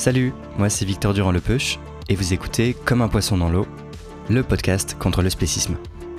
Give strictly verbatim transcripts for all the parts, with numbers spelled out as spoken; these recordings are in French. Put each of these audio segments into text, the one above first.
Salut, moi c'est Victor Durand-Lepeuch et vous écoutez Comme un poisson dans l'eau, le podcast contre le spécisme.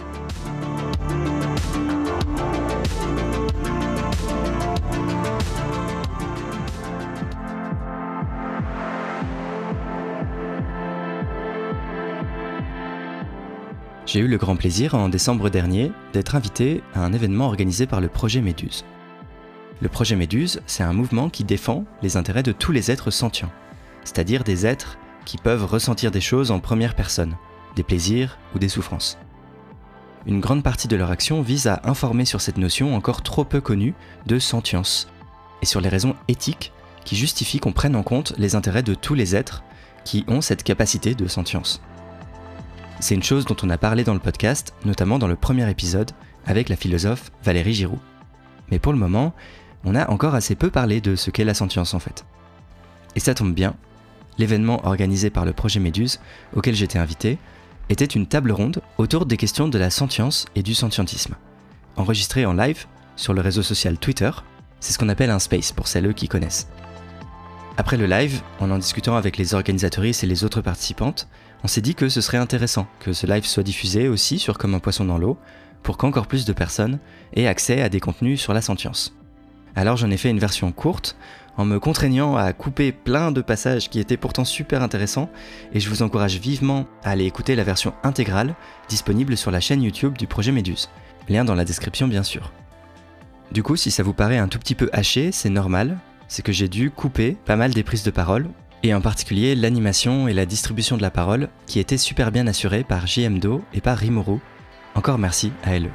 J'ai eu le grand plaisir en décembre dernier d'être invité à un événement organisé par le projet Méduse. Le projet Méduse, c'est un mouvement qui défend les intérêts de tous les êtres sentients, c'est-à-dire des êtres qui peuvent ressentir des choses en première personne, des plaisirs ou des souffrances. Une grande partie de leur action vise à informer sur cette notion encore trop peu connue de sentience, et sur les raisons éthiques qui justifient qu'on prenne en compte les intérêts de tous les êtres qui ont cette capacité de sentience. C'est une chose dont on a parlé dans le podcast, notamment dans le premier épisode, avec la philosophe Valérie Giroux. Mais pour le moment, on a encore assez peu parlé de ce qu'est la sentience en fait. Et ça tombe bien, l'événement organisé par le projet Méduse, auquel j'étais invité, était une table ronde autour des questions de la sentience et du sentientisme. Enregistré en live sur le réseau social Twitter, c'est ce qu'on appelle un space pour celles qui connaissent. Après le live, en en discutant avec les organisatrices et les autres participantes, on s'est dit que ce serait intéressant que ce live soit diffusé aussi sur Comme un poisson dans l'eau, pour qu'encore plus de personnes aient accès à des contenus sur la sentience. Alors j'en ai fait une version courte, en me contraignant à couper plein de passages qui étaient pourtant super intéressants, et je vous encourage vivement à aller écouter la version intégrale, disponible sur la chaîne YouTube du projet Méduse. Lien dans la description bien sûr. Du coup, si ça vous paraît un tout petit peu haché, c'est normal, c'est que j'ai dû couper pas mal des prises de parole, et en particulier l'animation et la distribution de la parole, qui étaient super bien assurées par J M D O et par Rimuru. Encore merci à elle.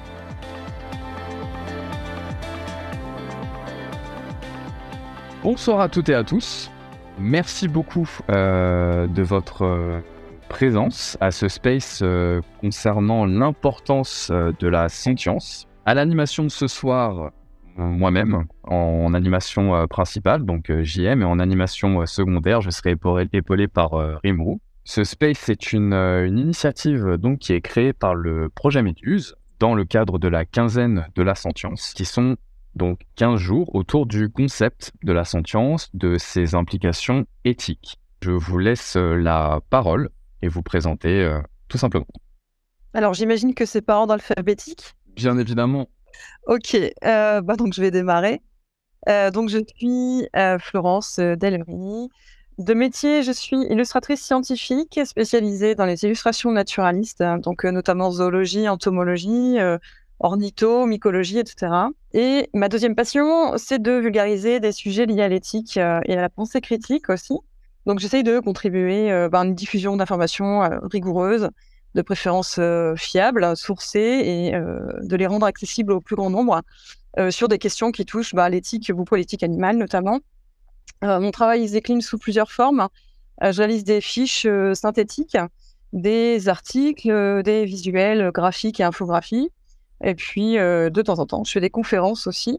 Bonsoir à toutes et à tous. Merci beaucoup euh, de votre euh, présence à ce space euh, concernant l'importance euh, de la sentience. À l'animation de ce soir, euh, moi-même, en animation euh, principale, donc euh, J M, et en animation euh, secondaire, je serai épaulé, épaulé par euh, Rimuru. Ce space est une, euh, une initiative donc, qui est créée par le projet Méduse dans le cadre de la quinzaine de la sentience, qui sont donc quinze jours autour du concept de la sentience, de ses implications éthiques. Je vous laisse euh, la parole et vous présenter euh, tout simplement. Alors j'imagine que c'est par ordre alphabétique. Bien évidemment. Ok, euh, bah donc je vais démarrer. Euh, donc je suis euh, Florence euh, Dellery. De métier, je suis illustratrice scientifique spécialisée dans les illustrations naturalistes, hein, donc euh, notamment zoologie, entomologie, euh, ornitho, mycologie, et cetera. Et ma deuxième passion, c'est de vulgariser des sujets liés à l'éthique euh, et à la pensée critique aussi. Donc j'essaye de contribuer euh, bah, à une diffusion d'informations euh, rigoureuses, de préférence euh, fiables, sourcées, et euh, de les rendre accessibles au plus grand nombre euh, sur des questions qui touchent bah, l'éthique, beaucoup l'éthique animale notamment. Euh, mon travail il se décline sous plusieurs formes. Euh, je réalise des fiches euh, synthétiques, des articles, euh, des visuels, graphiques et infographies. Et puis, euh, de temps en temps, je fais des conférences aussi.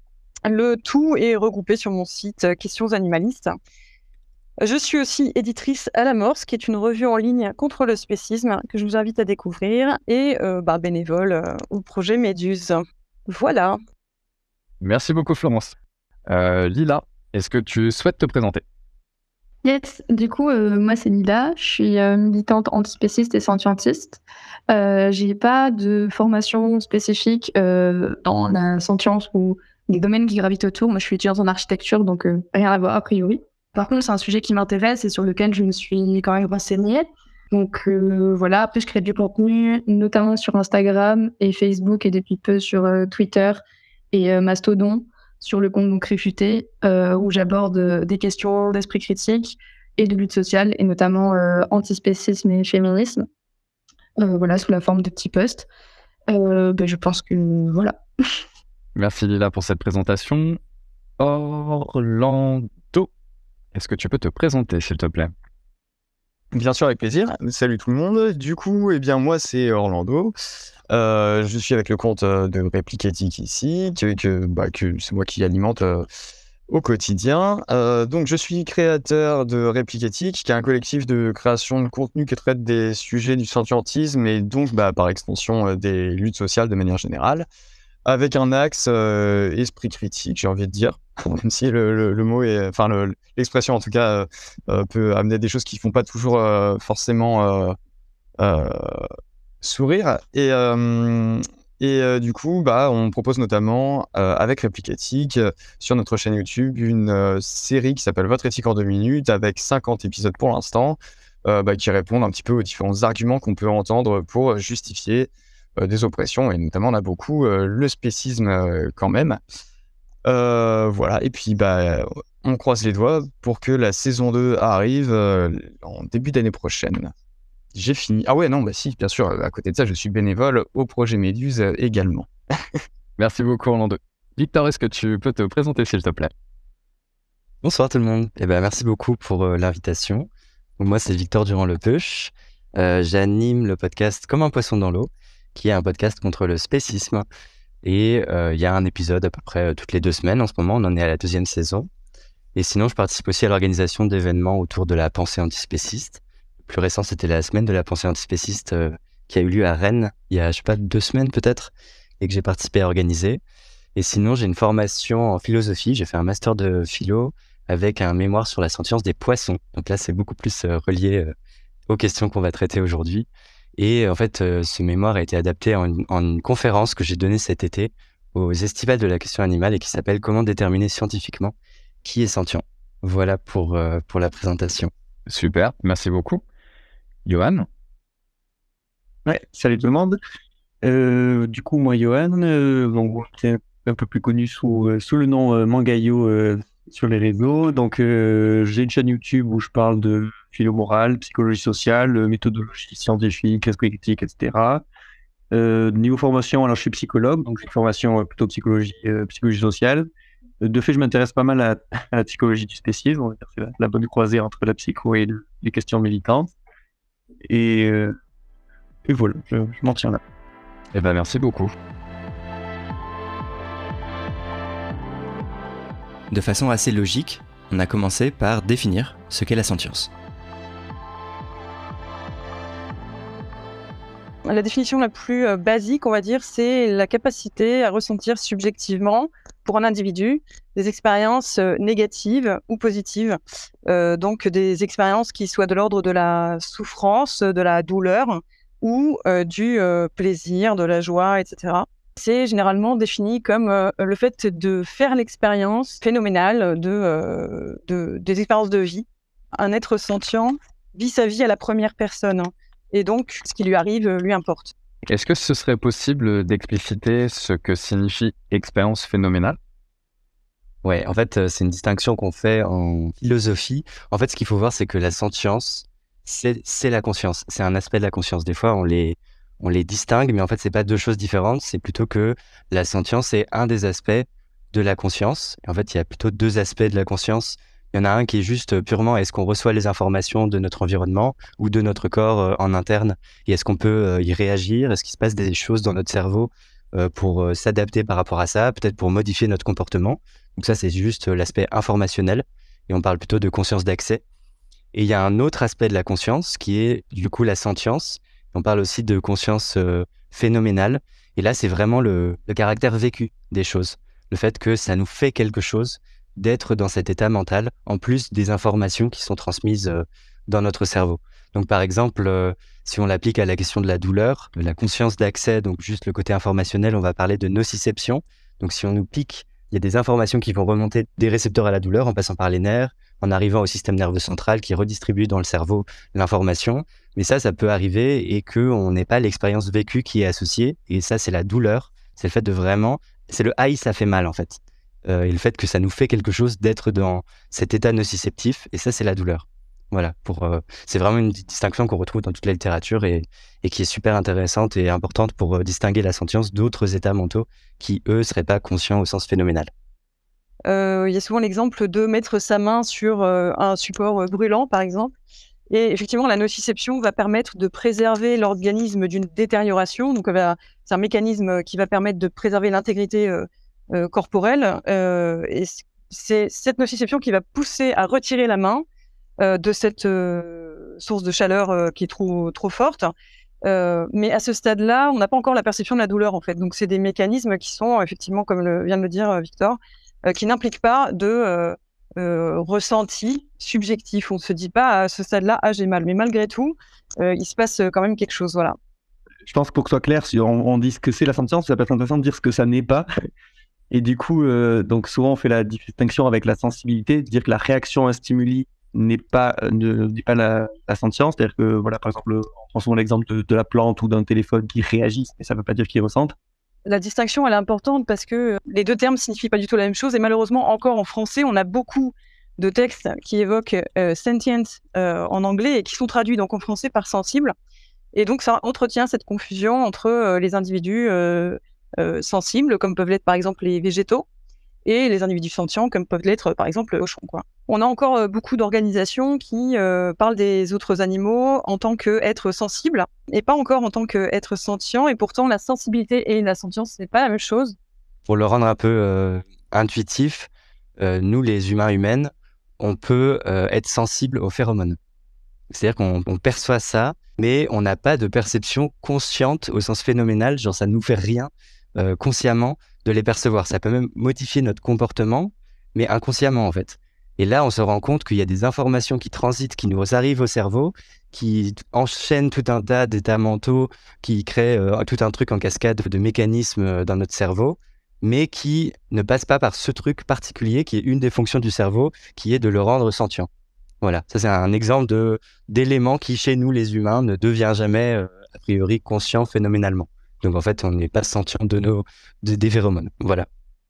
Le tout est regroupé sur mon site euh, Questions Animalistes. Je suis aussi éditrice à l'Amorce, qui est une revue en ligne contre le spécisme que je vous invite à découvrir, et euh, bah, bénévole euh, au projet Méduse. Voilà. Merci beaucoup Florence. Euh, Lila, est-ce que tu souhaites te présenter ? Yes, du coup, euh, moi c'est Lila, je suis euh, militante antispéciste et sentientiste. Euh, j'ai pas de formation spécifique euh, dans la sentience ou les domaines qui gravitent autour. Moi je suis étudiante en architecture, donc euh, rien à voir a priori. Par contre, c'est un sujet qui m'intéresse et sur lequel je me suis quand même renseignée. Donc euh, voilà, après je crée du contenu, notamment sur Instagram et Facebook et depuis peu sur euh, Twitter et euh, Mastodon, sur le compte donc Réfuté, euh, où j'aborde euh, des questions d'esprit critique et de lutte sociale, et notamment euh, antispécisme et féminisme, euh, voilà, sous la forme de petits posts. Euh, ben, je pense que voilà. Merci Lila pour cette présentation. Orlando, est-ce que tu peux te présenter s'il te plaît ? Bien sûr, avec plaisir. Salut tout le monde. Du coup, eh bien, moi, c'est Orlando. Euh, je suis avec le compte euh, de Réplique Éthique ici, que, que, bah, que c'est moi qui alimente euh, au quotidien. Euh, donc, je suis créateur de Réplique Éthique, qui est un collectif de création de contenu qui traite des sujets du sentientisme et donc, bah, par extension, euh, des luttes sociales de manière générale. avec un axe euh, esprit critique, j'ai envie de dire, même si le, le, le mot est, enfin le, l'expression en tout cas euh, peut amener des choses qui font pas toujours euh, forcément euh, euh, sourire. Et, euh, et euh, du coup, bah, on propose notamment euh, avec Réplicatique euh, sur notre chaîne YouTube une euh, série qui s'appelle Votre éthique en deux minutes avec cinquante épisodes pour l'instant, euh, bah, qui répondent un petit peu aux différents arguments qu'on peut entendre pour justifier euh, des oppressions, et notamment on a beaucoup euh, le spécisme euh, quand même. Euh, voilà, et puis bah, on croise les doigts pour que la saison deux arrive euh, en début d'année prochaine. J'ai fini. Ah ouais, non, bah si, bien sûr, à côté de ça, je suis bénévole au projet Méduse euh, également. Merci beaucoup, Orlando. Victor, est-ce que tu peux te présenter, s'il te plaît? Bonsoir tout le monde. Eh ben, merci beaucoup pour euh, l'invitation. Donc, moi, c'est Victor Durand-Lepeuch. Euh, j'anime le podcast Comme un poisson dans l'eau, qui est un podcast contre le spécisme. Et euh, il y a un épisode à peu près euh, toutes les deux semaines. En ce moment, on en est à la deuxième saison. Et sinon, je participe aussi à l'organisation d'événements autour de la pensée antispéciste. Le plus récent, c'était la semaine de la pensée antispéciste euh, qui a eu lieu à Rennes il y a, je sais pas, deux semaines peut-être, et que j'ai participé à organiser. Et sinon, j'ai une formation en philosophie. J'ai fait un master de philo avec un mémoire sur la sentience des poissons. Donc là, c'est beaucoup plus euh, relié euh, aux questions qu'on va traiter aujourd'hui. Et en fait, euh, ce mémoire a été adapté en une, en une conférence que j'ai donnée cet été aux Estivales de la question animale et qui s'appelle « Comment déterminer scientifiquement qui est sentient ?» Voilà pour, euh, pour la présentation. Super, merci beaucoup. Johan? Ouais, salut tout le monde. Euh, du coup, moi, Johan, euh, donc, c'est un peu plus connu sous, euh, sous le nom euh, Mangayo euh, sur les réseaux. Donc, euh, j'ai une chaîne YouTube où je parle de philo morale, psychologie sociale, euh, méthodologie scientifique, esprit critique, et cetera. Euh, niveau formation, alors je suis psychologue, donc j'ai une formation euh, plutôt psychologie, euh, psychologie sociale. Euh, De fait, je m'intéresse pas mal à, à la psychologie du spécisme. On va dire, c'est la, la bonne croisée entre la psycho et le- les questions militantes. Et, euh, et voilà, je, je m'en tiens là. Eh ben, merci beaucoup. De façon assez logique, on a commencé par définir ce qu'est la sentience. La définition la plus euh, basique, on va dire, c'est la capacité à ressentir subjectivement, pour un individu, des expériences euh, négatives ou positives. Euh, donc des expériences qui soient de l'ordre de la souffrance, de la douleur ou euh, du euh, plaisir, de la joie, et cetera. C'est généralement défini comme euh, le fait de faire l'expérience phénoménale de, euh, de, des expériences de vie. Un être sentient vit sa vie à la première personne. Et donc, ce qui lui arrive lui importe. Est-ce que ce serait possible d'expliciter ce que signifie expérience phénoménale? Ouais, en fait, euh, c'est une distinction qu'on fait en philosophie. En fait, ce qu'il faut voir, c'est que la sentience, c'est, c'est la conscience. C'est un aspect de la conscience. Des fois, on les, on les distingue, mais en fait, c'est pas deux choses différentes. C'est plutôt que la sentience est un des aspects de la conscience. Et en fait, il y a plutôt deux aspects de la conscience. Il y en a un qui est juste purement est-ce qu'on reçoit les informations de notre environnement ou de notre corps euh, en interne et est-ce qu'on peut euh, y réagir? Est-ce qu'il se passe des choses dans notre cerveau euh, pour euh, s'adapter par rapport à ça, peut-être pour modifier notre comportement? Donc ça, c'est juste l'aspect informationnel et on parle plutôt de conscience d'accès. Et il y a un autre aspect de la conscience qui est du coup la sentience. On parle aussi de conscience euh, phénoménale. Et là, c'est vraiment le, le caractère vécu des choses. Le fait que ça nous fait quelque chose d'être dans cet état mental, en plus des informations qui sont transmises euh, dans notre cerveau. Donc par exemple, euh, si on l'applique à la question de la douleur, de la conscience d'accès, donc juste le côté informationnel, on va parler de nociception. Donc si on nous pique, il y a des informations qui vont remonter des récepteurs à la douleur en passant par les nerfs, en arrivant au système nerveux central qui redistribue dans le cerveau l'information. Mais ça, ça peut arriver et qu'on n'ait pas l'expérience vécue qui est associée. Et ça, c'est la douleur. C'est le fait de vraiment... C'est le « aïe, ça fait mal » en fait. Euh, et le fait que ça nous fait quelque chose d'être dans cet état nociceptif. Et ça, c'est la douleur. Voilà. Pour, euh, c'est vraiment une distinction qu'on retrouve dans toute la littérature et, et qui est super intéressante et importante pour euh, distinguer la sentience d'autres états mentaux qui, eux, seraient pas conscients au sens phénoménal. Euh, il y a souvent l'exemple de mettre sa main sur euh, un support euh, brûlant, par exemple. Et effectivement, la nociception va permettre de préserver l'organisme d'une détérioration. Donc, va, c'est un mécanisme qui va permettre de préserver l'intégrité euh, euh, corporelle. Euh, et c'est cette nociception qui va pousser à retirer la main euh, de cette euh, source de chaleur euh, qui est trop, trop forte. Euh, mais à ce stade-là, on n'a pas encore la perception de la douleur, en fait. Donc, c'est des mécanismes qui sont, effectivement, comme le, vient de le dire Victor, euh, qui n'impliquent pas de euh, euh, ressenti subjectif. On ne se dit pas à ce stade-là, ah, j'ai mal. Mais malgré tout, euh, il se passe quand même quelque chose, voilà. Je pense, pour que ce soit clair, si on, on dit ce que c'est la sentience, ça peut être intéressant de dire ce que ça n'est pas. Et du coup, euh, donc souvent, on fait la distinction avec la sensibilité, dire que la réaction à un stimuli n'est pas, euh, ne dit pas la, la sentience. C'est-à-dire que, voilà, par exemple, on prend souvent l'exemple de, de la plante ou d'un téléphone qui réagissent, mais ça ne veut pas dire qu'ils ressentent. La distinction, elle est importante parce que les deux termes signifient pas du tout la même chose. Et malheureusement, encore en français, on a beaucoup de textes qui évoquent euh, sentient euh, en anglais et qui sont traduits donc en français par sensible. Et donc, ça entretient cette confusion entre euh, les individus euh, euh, sensibles, comme peuvent l'être par exemple les végétaux, et les individus sentients, comme peuvent l'être par exemple les cochons, quoi. On a encore euh, beaucoup d'organisations qui euh, parlent des autres animaux en tant qu'êtres sensibles, et pas encore en tant qu'êtres sentients, et pourtant la sensibilité et la sentience, c'est pas la même chose. Pour le rendre un peu euh, intuitif, euh, nous les humains humaines, on peut euh, être sensible aux phéromones. C'est-à-dire qu'on on perçoit ça, mais on n'a pas de perception consciente au sens phénoménal, genre ça ne nous fait rien euh, consciemment de les percevoir. Ça peut même modifier notre comportement, mais inconsciemment en fait. Et là, on se rend compte qu'il y a des informations qui transitent, qui nous arrivent au cerveau, qui enchaînent tout un tas d'états mentaux, qui créent euh, tout un truc en cascade de mécanismes dans notre cerveau, mais qui ne passent pas par ce truc particulier qui est une des fonctions du cerveau, qui est de le rendre sentient. Voilà, ça c'est un exemple de, d'élément qui, chez nous les humains, ne devient jamais, euh, a priori, conscient phénoménalement. Donc en fait, on n'est pas sentient de nos, de, des phéromones. Voilà.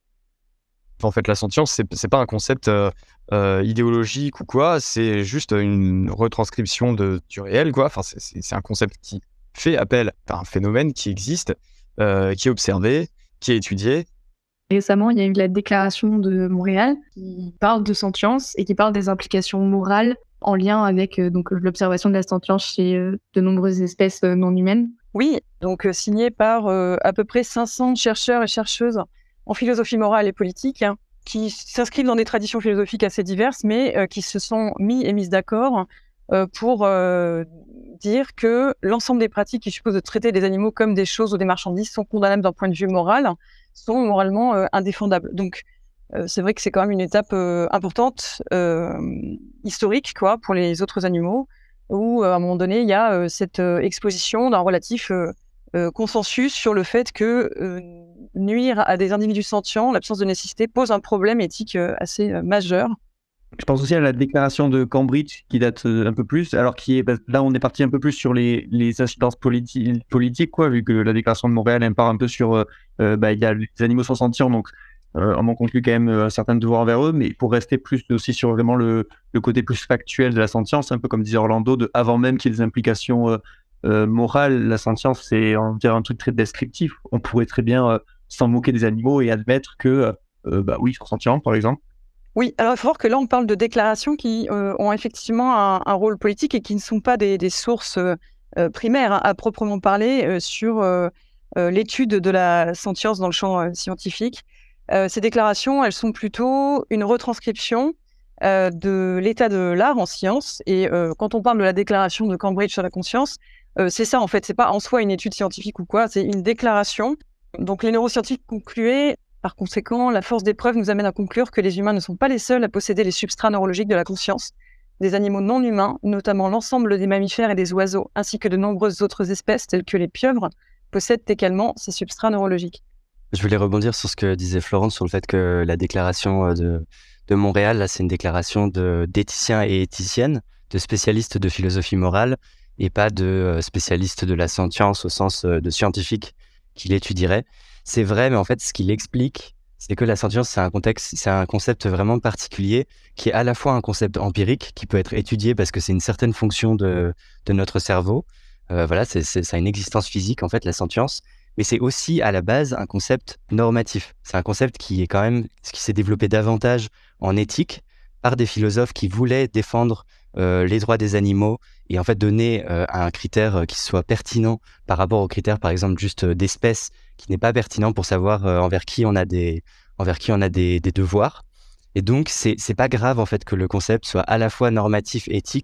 En fait, la sentience, c'est, c'est pas un concept euh, euh, idéologique ou quoi, c'est juste une retranscription de, du réel, quoi. Enfin, c'est, c'est, c'est un concept qui fait appel à un phénomène qui existe, euh, qui est observé, qui est étudié. Récemment, il y a eu la déclaration de Montréal qui parle de sentience et qui parle des implications morales en lien avec euh, donc, l'observation de la sentience chez euh, de nombreuses espèces euh, non humaines. Oui, donc euh, signé par euh, à peu près cinq cents chercheurs et chercheuses en philosophie morale et politique, hein, qui s'inscrivent dans des traditions philosophiques assez diverses, mais euh, qui se sont mis et mises d'accord euh, pour euh, dire que l'ensemble des pratiques qui supposent de traiter les animaux comme des choses ou des marchandises sont condamnables d'un point de vue moral, sont moralement euh, indéfendables. Donc, euh, c'est vrai que c'est quand même une étape euh, importante, euh, historique, quoi, pour les autres animaux, où, euh, à un moment donné, il y a euh, cette euh, exposition d'un relatif euh, euh, consensus sur le fait que euh, nuire à des individus sentients, l'absence de nécessité, pose un problème éthique euh, assez euh, majeur. Je pense aussi à la déclaration de Cambridge qui date un peu plus, alors qui est, bah, là on est parti un peu plus sur les, les incidences politi- politiques, quoi, vu que la déclaration de Montréal elle part un peu sur, euh, bah, il y a les animaux sont sentients, donc euh, on en conclut quand même un certain devoir envers eux, mais pour rester plus aussi sur vraiment le, le côté plus factuel de la sentience, un peu comme disait Orlando, de, avant même qu'il y ait des implications euh, euh, morales, la sentience c'est on dirait un truc très descriptif. On pourrait très bien euh, s'en moquer des animaux et admettre que, euh, bah oui, ils sont sentients, par exemple. Oui, alors il faut voir que là, on parle de déclarations qui euh, ont effectivement un, un rôle politique et qui ne sont pas des, des sources euh, primaires, hein, à proprement parler, euh, sur euh, euh, l'étude de la sentience dans le champ euh, scientifique. Euh, ces déclarations, elles sont plutôt une retranscription euh, de l'état de l'art en sciences. Et euh, quand on parle de la déclaration de Cambridge sur la conscience, euh, c'est ça en fait, c'est pas en soi une étude scientifique ou quoi, c'est une déclaration. Donc les neuroscientifiques concluaient. Par conséquent, la force des preuves nous amène à conclure que les humains ne sont pas les seuls à posséder les substrats neurologiques de la conscience. Des animaux non humains, notamment l'ensemble des mammifères et des oiseaux, ainsi que de nombreuses autres espèces telles que les pieuvres, possèdent également ces substrats neurologiques. Je voulais rebondir sur ce que disait Florence sur le fait que la déclaration de, de Montréal, là, c'est une déclaration de, d'éthiciens et éthiciennes, de spécialistes de philosophie morale, et pas de spécialistes de la sentience au sens de scientifique qui l'étudieraient. C'est vrai, mais en fait, ce qu'il explique, c'est que la sentience, c'est un contexte, c'est un concept vraiment particulier, qui est à la fois un concept empirique, qui peut être étudié parce que c'est une certaine fonction de, de notre cerveau. Euh, voilà, c'est, c'est, ça a une existence physique, en fait, la sentience. Mais c'est aussi, à la base, un concept normatif. C'est un concept qui est quand même, qui s'est développé davantage en éthique par des philosophes qui voulaient défendre euh, les droits des animaux et en fait donner euh, un critère qui soit pertinent par rapport aux critères, par exemple, juste euh, d'espèces, qui n'est pas pertinent pour savoir euh, envers qui on a des, envers qui on a des, des devoirs. Et donc, c'est, c'est pas grave, en fait, que le concept soit à la fois normatif, éthique,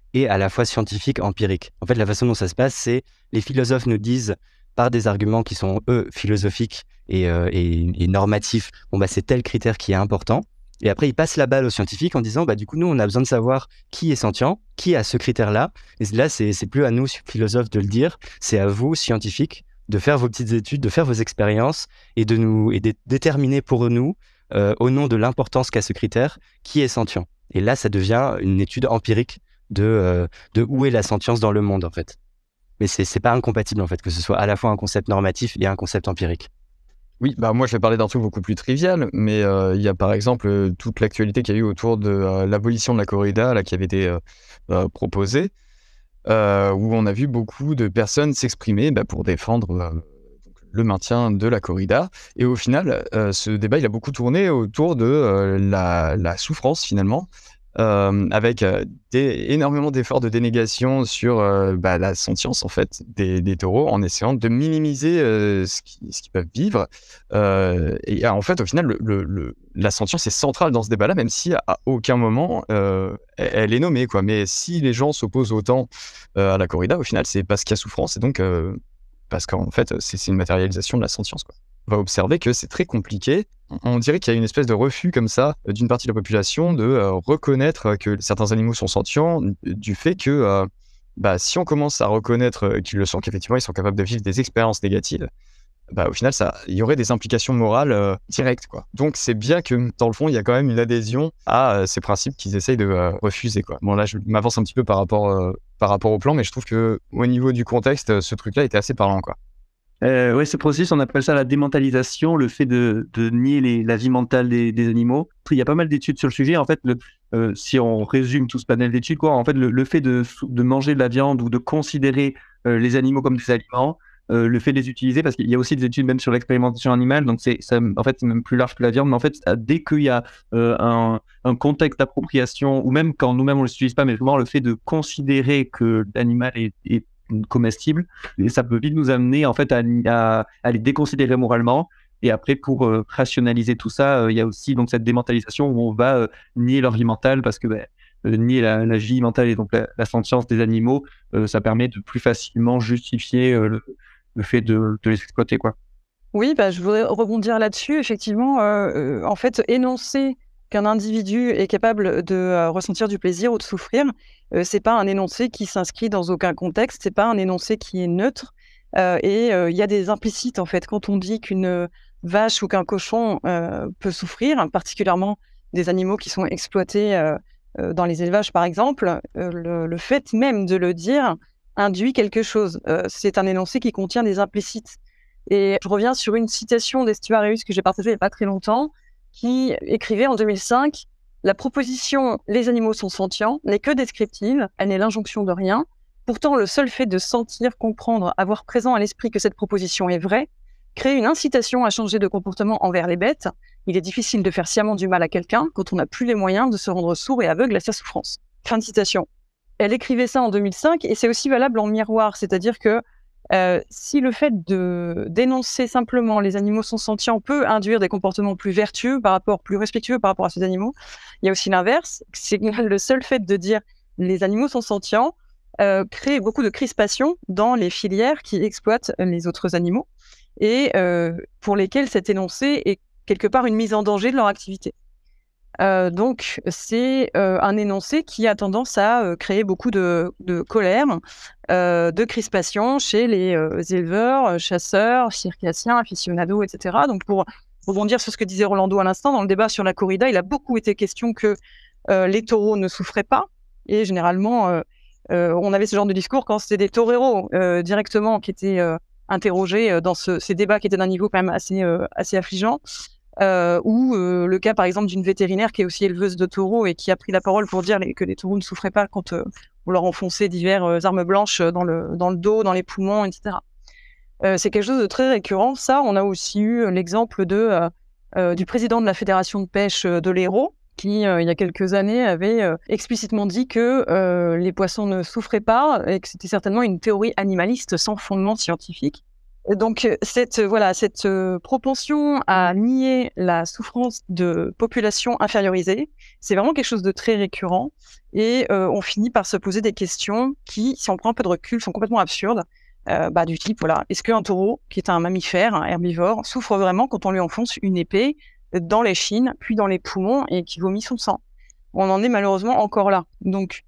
et à la fois scientifique, empirique. En fait, la façon dont ça se passe, c'est les philosophes nous disent par des arguments qui sont, eux, philosophiques et, euh, et, et normatifs, bon, bah, c'est tel critère qui est important. Et après, ils passent la balle aux scientifiques en disant, bah, du coup, nous, on a besoin de savoir qui est sentient, qui a ce critère-là. Et là, c'est, c'est plus à nous, philosophes, de le dire, c'est à vous, scientifiques, de faire vos petites études, de faire vos expériences et de nous et de déterminer pour nous, euh, au nom de l'importance qu'a ce critère, qui est sentient. Et là, ça devient une étude empirique de, euh, de où est la sentience dans le monde, en fait. Mais c'est, c'est pas incompatible, en fait, que ce soit à la fois un concept normatif et un concept empirique. Oui, bah moi je vais parler d'un truc beaucoup plus trivial, mais euh, il y a par exemple euh, toute l'actualité qu'il y a eu autour de euh, l'abolition de la corrida là, qui avait été euh, euh, proposée, euh, où on a vu beaucoup de personnes s'exprimer bah, pour défendre euh, le maintien de la corrida. Et au final, euh, ce débat il a beaucoup tourné autour de euh, la, la souffrance finalement. Euh, avec euh, des, énormément d'efforts de dénégation sur euh, bah, la sentience en fait des, des taureaux, en essayant de minimiser euh, ce, qui, ce qu'ils peuvent vivre. Euh, et euh, en fait, au final, le, le, le, la sentience est centrale dans ce débat-là, même si à aucun moment euh, elle, elle est nommée, quoi. Mais si les gens s'opposent autant euh, à la corrida, au final, c'est parce qu'il y a souffrance, et donc euh, parce qu'en fait, c'est, c'est une matérialisation de la sentience, quoi. On va observer que c'est très compliqué. On dirait qu'il y a une espèce de refus comme ça d'une partie de la population de euh, reconnaître que certains animaux sont sentients, du fait que euh, bah, si on commence à reconnaître qu'ils le sont, qu'effectivement ils sont capables de vivre des expériences négatives, bah, au final ça, il y aurait des implications morales euh, directes, quoi. Donc c'est bien que dans le fond il y a quand même une adhésion à euh, ces principes qu'ils essayent de euh, refuser, quoi. Bon là je m'avance un petit peu par rapport, euh, par rapport au plan, mais je trouve que au niveau du contexte, ce truc-là était assez parlant, quoi. Euh, ouais, ce processus, on appelle ça la démentalisation, le fait de, de nier les, la vie mentale des, des animaux. Il y a pas mal d'études sur le sujet. En fait, le, euh, si on résume tout ce panel d'études, quoi, en fait, le, le fait de, de manger de la viande ou de considérer euh, les animaux comme des aliments, euh, le fait de les utiliser, parce qu'il y a aussi des études même sur l'expérimentation animale, donc c'est, ça, en fait, c'est même plus large que la viande, mais en fait, dès qu'il y a euh, un, un contexte d'appropriation, ou même quand nous-mêmes on ne l'utilise pas, mais vraiment le fait de considérer que l'animal est, est comestible, et ça peut vite nous amener en fait à, à, à les déconsidérer moralement. Et après, pour euh, rationaliser tout ça, euh, il y a aussi donc cette démentalisation où on va euh, nier leur vie mentale, parce que bah, euh, nier la, la vie mentale et donc la, la sentience des animaux, euh, ça permet de plus facilement justifier euh, le, le fait de, de les exploiter, quoi. Oui, bah, je voudrais rebondir là-dessus. Effectivement, euh, euh, en fait, énoncer qu'un individu est capable de euh, ressentir du plaisir ou de souffrir, euh, c'est pas un énoncé qui s'inscrit dans aucun contexte, c'est pas un énoncé qui est neutre. Euh, et il euh, y a des implicites, en fait, quand on dit qu'une vache ou qu'un cochon euh, peut souffrir, hein, particulièrement des animaux qui sont exploités euh, euh, dans les élevages, par exemple, euh, le, le fait même de le dire induit quelque chose. Euh, c'est un énoncé qui contient des implicites. Et je reviens sur une citation d'Estuarius que j'ai partagée il n'y a pas très longtemps, qui écrivait en deux mille cinq « La proposition « les animaux sont sentients » n'est que descriptive, elle n'est l'injonction de rien. Pourtant, le seul fait de sentir, comprendre, avoir présent à l'esprit que cette proposition est vraie, crée une incitation à changer de comportement envers les bêtes. Il est difficile de faire sciemment du mal à quelqu'un quand on n'a plus les moyens de se rendre sourd et aveugle à sa souffrance. » Fin de citation. Elle écrivait ça en deux mille cinq et c'est aussi valable en miroir, c'est-à-dire que Euh, si le fait de dénoncer simplement les animaux sont sentients peut induire des comportements plus vertueux par rapport, plus respectueux par rapport à ces animaux, il y a aussi l'inverse, c'est que le seul fait de dire les animaux sont sentients euh, crée beaucoup de crispation dans les filières qui exploitent les autres animaux et euh, pour lesquels cet énoncé est quelque part une mise en danger de leur activité. Euh, donc, c'est euh, un énoncé qui a tendance à euh, créer beaucoup de, de colère, euh, de crispation chez les euh, éleveurs, chasseurs, circassiens, aficionados, et cetera. Donc, pour rebondir sur ce que disait Rolando à l'instant, dans le débat sur la corrida, il a beaucoup été question que euh, les taureaux ne souffraient pas. Et généralement, euh, euh, on avait ce genre de discours quand c'était des toreros euh, directement qui étaient euh, interrogés dans ce, ces débats qui étaient d'un niveau quand même assez, euh, assez affligeant. Euh, ou euh, le cas par exemple d'une vétérinaire qui est aussi éleveuse de taureaux et qui a pris la parole pour dire les, que les taureaux ne souffraient pas quand euh, on leur enfonçait diverses euh, armes blanches dans le, dans le dos, dans les poumons, et cetera. Euh, c'est quelque chose de très récurrent. Ça, on a aussi eu l'exemple de, euh, euh, du président de la Fédération de pêche de l'Hérault qui, euh, il y a quelques années, avait euh, explicitement dit que euh, les poissons ne souffraient pas et que c'était certainement une théorie animaliste sans fondement scientifique. Donc, cette, voilà, cette euh, propension à nier la souffrance de populations infériorisées, c'est vraiment quelque chose de très récurrent. Et euh, on finit par se poser des questions qui, si on prend un peu de recul, sont complètement absurdes. Euh, bah, du type, voilà, est-ce qu'un taureau, qui est un mammifère, un herbivore, souffre vraiment quand on lui enfonce une épée dans l'échine, puis dans les poumons, et qui vomit son sang? On en est malheureusement encore là. Donc,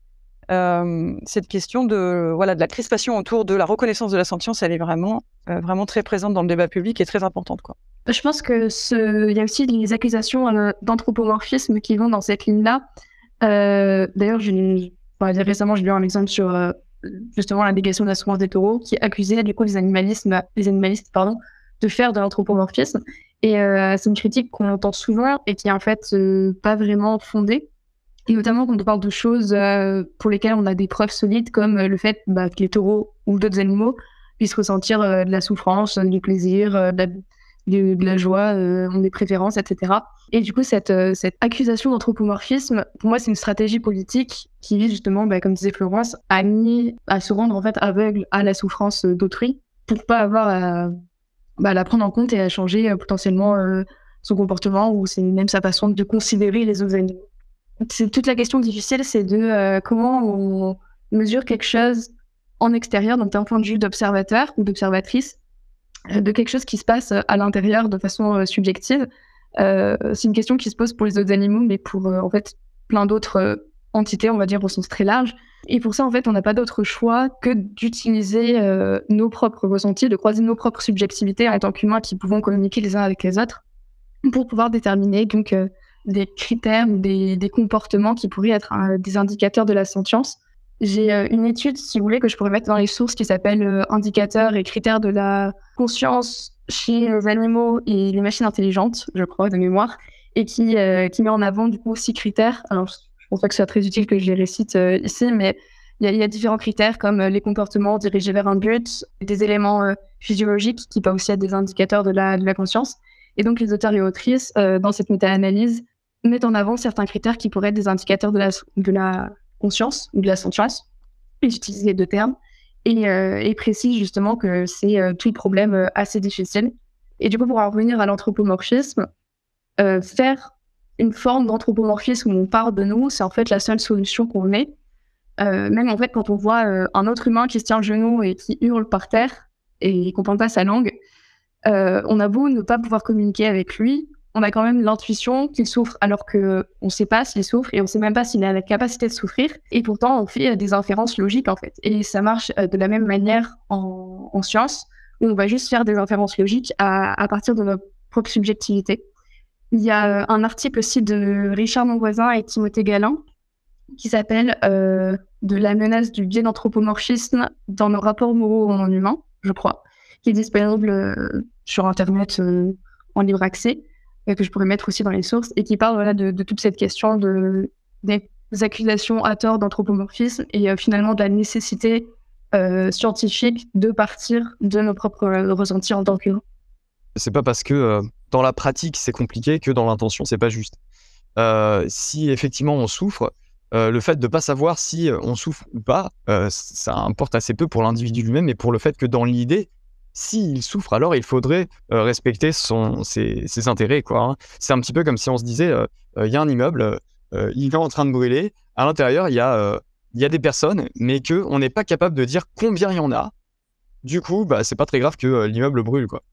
euh, cette question de, voilà, de la crispation autour de la reconnaissance de la sentience, elle est vraiment, euh, vraiment très présente dans le débat public et très importante, quoi. Je pense que ce... il y a aussi des accusations euh, d'anthropomorphisme qui vont dans cette ligne-là. Euh, d'ailleurs, j'ai... Enfin, récemment, j'ai lu un exemple sur euh, justement la négation de la souffrance des taureaux qui accusait du coup les animalistes, les animalistes pardon, de faire de l'anthropomorphisme. Et euh, c'est une critique qu'on entend souvent et qui est en fait euh, pas vraiment fondée. Et notamment quand on parle de choses euh, pour lesquelles on a des preuves solides, comme euh, le fait bah, que les taureaux ou d'autres animaux puissent ressentir euh, de la souffrance, euh, du plaisir, euh, de, la, de, de la joie, euh, ont des préférences, et cetera. Et du coup, cette, euh, cette accusation d'anthropomorphisme, pour moi, c'est une stratégie politique qui vise justement, bah, comme disait Florence, à nier, à se rendre en fait aveugle à la souffrance d'autrui pour pas avoir à bah, la prendre en compte et à changer euh, potentiellement euh, son comportement ou c'est même sa façon de considérer les autres animaux. C'est toute la question difficile, c'est de euh, comment on mesure quelque chose en extérieur, donc d'un point de vue d'observateur ou d'observatrice, euh, de quelque chose qui se passe à l'intérieur de façon euh, subjective. Euh, c'est une question qui se pose pour les autres animaux, mais pour euh, en fait plein d'autres euh, entités, on va dire au sens très large. Et pour ça, en fait, on n'a pas d'autre choix que d'utiliser euh, nos propres ressentis, de croiser nos propres subjectivités en tant qu'humains qui pouvons communiquer les uns avec les autres, pour pouvoir déterminer donc euh, des critères ou des, des comportements qui pourraient être euh, des indicateurs de la sentience. J'ai euh, une étude, si vous voulez, que je pourrais mettre dans les sources qui s'appelle euh, Indicateurs et critères de la conscience chez les animaux et les machines intelligentes, je crois, de mémoire, et qui, euh, qui met en avant du coup six critères. Alors, je pense pas que ce soit très utile que je les récite euh, ici, mais il y, y a différents critères comme euh, les comportements dirigés vers un but, des éléments euh, physiologiques qui peuvent aussi être des indicateurs de la, de la conscience. Et donc, les auteurs et autrices, euh, dans cette méta-analyse, mettent en avant certains critères qui pourraient être des indicateurs de la, de la conscience ou de la sentience. Ils utilisent les deux termes et, euh, et précisent justement que c'est euh, tout le problème euh, assez difficile. Et du coup, pour en revenir à l'anthropomorphisme, euh, faire une forme d'anthropomorphisme où on parle de nous, c'est en fait la seule solution qu'on ait. Euh, même en fait, quand on voit euh, un autre humain qui se tient le genou et qui hurle par terre et ne comprend pas sa langue, euh, on a beau ne pas pouvoir communiquer avec lui, on a quand même l'intuition qu'il souffre, alors qu'on ne sait pas s'il souffre et on ne sait même pas s'il a la capacité de souffrir. Et pourtant, on fait des inférences logiques, en fait. Et ça marche de la même manière en, en science, où on va juste faire des inférences logiques à, à partir de notre propre subjectivité. Il y a un article aussi de Richard Monvoisin et Timothée Galin qui s'appelle euh, « De la menace du biais d'anthropomorphisme dans nos rapports moraux en humain », je crois, qui est disponible euh, sur Internet euh, en libre accès, que je pourrais mettre aussi dans les sources, et qui parle voilà, de, de toute cette question de, des accusations à tort d'anthropomorphisme et euh, finalement de la nécessité euh, scientifique de partir de nos propres euh, ressentis en tant qu'humains. C'est pas parce que euh, dans la pratique c'est compliqué que dans l'intention c'est pas juste. Euh, si effectivement on souffre, euh, le fait de pas savoir si on souffre ou pas, euh, ça importe assez peu pour l'individu lui-même, mais pour le fait que dans l'idée, s'il souffre, alors il faudrait euh, respecter son, ses, ses intérêts, quoi, hein. C'est un petit peu comme si on se disait, il euh, euh, y a un immeuble, euh, il est en train de brûler, à l'intérieur, il y, euh, y a des personnes, mais qu'on n'est pas capable de dire combien il y en a. Du coup, bah, c'est pas très grave que euh, l'immeuble brûle, quoi.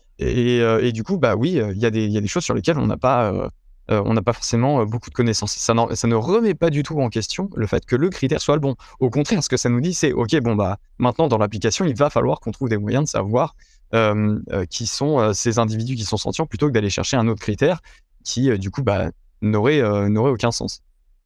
Et, euh, et du coup, bah oui, il euh, y, y a des choses sur lesquelles on n'a pas... Euh, Euh, on n'a pas forcément euh, beaucoup de connaissances. Ça, ça ne remet pas du tout en question le fait que le critère soit le bon. Au contraire, ce que ça nous dit, c'est ok, bon bah maintenant dans l'application, il va falloir qu'on trouve des moyens de savoir euh, euh, qui sont euh, ces individus qui sont sentients, plutôt que d'aller chercher un autre critère qui euh, du coup bah, n'aurait euh, n'aurait aucun sens.